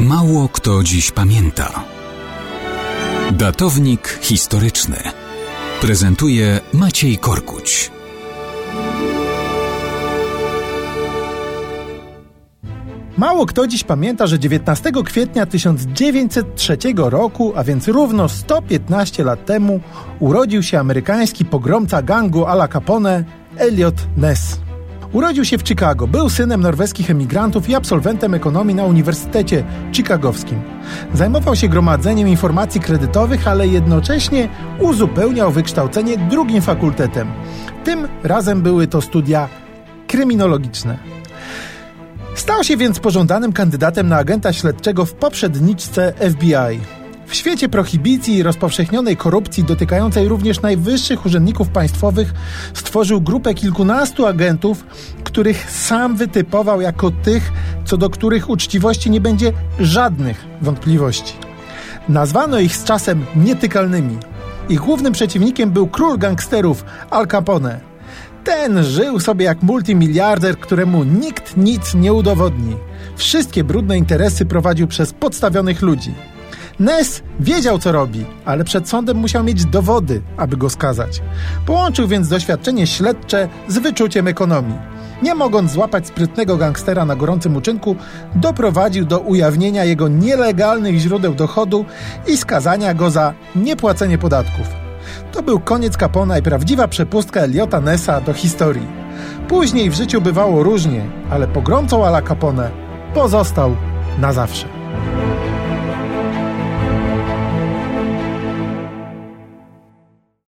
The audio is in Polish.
Mało kto dziś pamięta. Datownik historyczny prezentuje Maciej Korkuć. Mało kto dziś pamięta, że 19 kwietnia 1903 roku, a więc równo 115 lat temu, urodził się amerykański pogromca gangu Ala Capone, Elliot Ness. Urodził się w Chicago, był synem norweskich emigrantów i absolwentem ekonomii na Uniwersytecie Chicagowskim. Zajmował się gromadzeniem informacji kredytowych, ale jednocześnie uzupełniał wykształcenie drugim fakultetem. Tym razem były to studia kryminologiczne. Stał się więc pożądanym kandydatem na agenta śledczego w poprzedniczce FBI. W świecie prohibicji i rozpowszechnionej korupcji dotykającej również najwyższych urzędników państwowych stworzył grupę kilkunastu agentów, których sam wytypował jako tych, co do których uczciwości nie będzie żadnych wątpliwości. Nazwano ich z czasem nietykalnymi. Ich głównym przeciwnikiem był król gangsterów Al Capone. Ten żył sobie jak multimiliarder, któremu nikt nic nie udowodni. Wszystkie brudne interesy prowadził przez podstawionych ludzi. Ness wiedział, co robi, ale przed sądem musiał mieć dowody, aby go skazać. Połączył więc doświadczenie śledcze z wyczuciem ekonomii. Nie mogąc złapać sprytnego gangstera na gorącym uczynku, doprowadził do ujawnienia jego nielegalnych źródeł dochodu i skazania go za niepłacenie podatków. To był koniec Capona i prawdziwa przepustka Elliota Nessa do historii. Później w życiu bywało różnie, ale pogromcą Ala Capone pozostał na zawsze.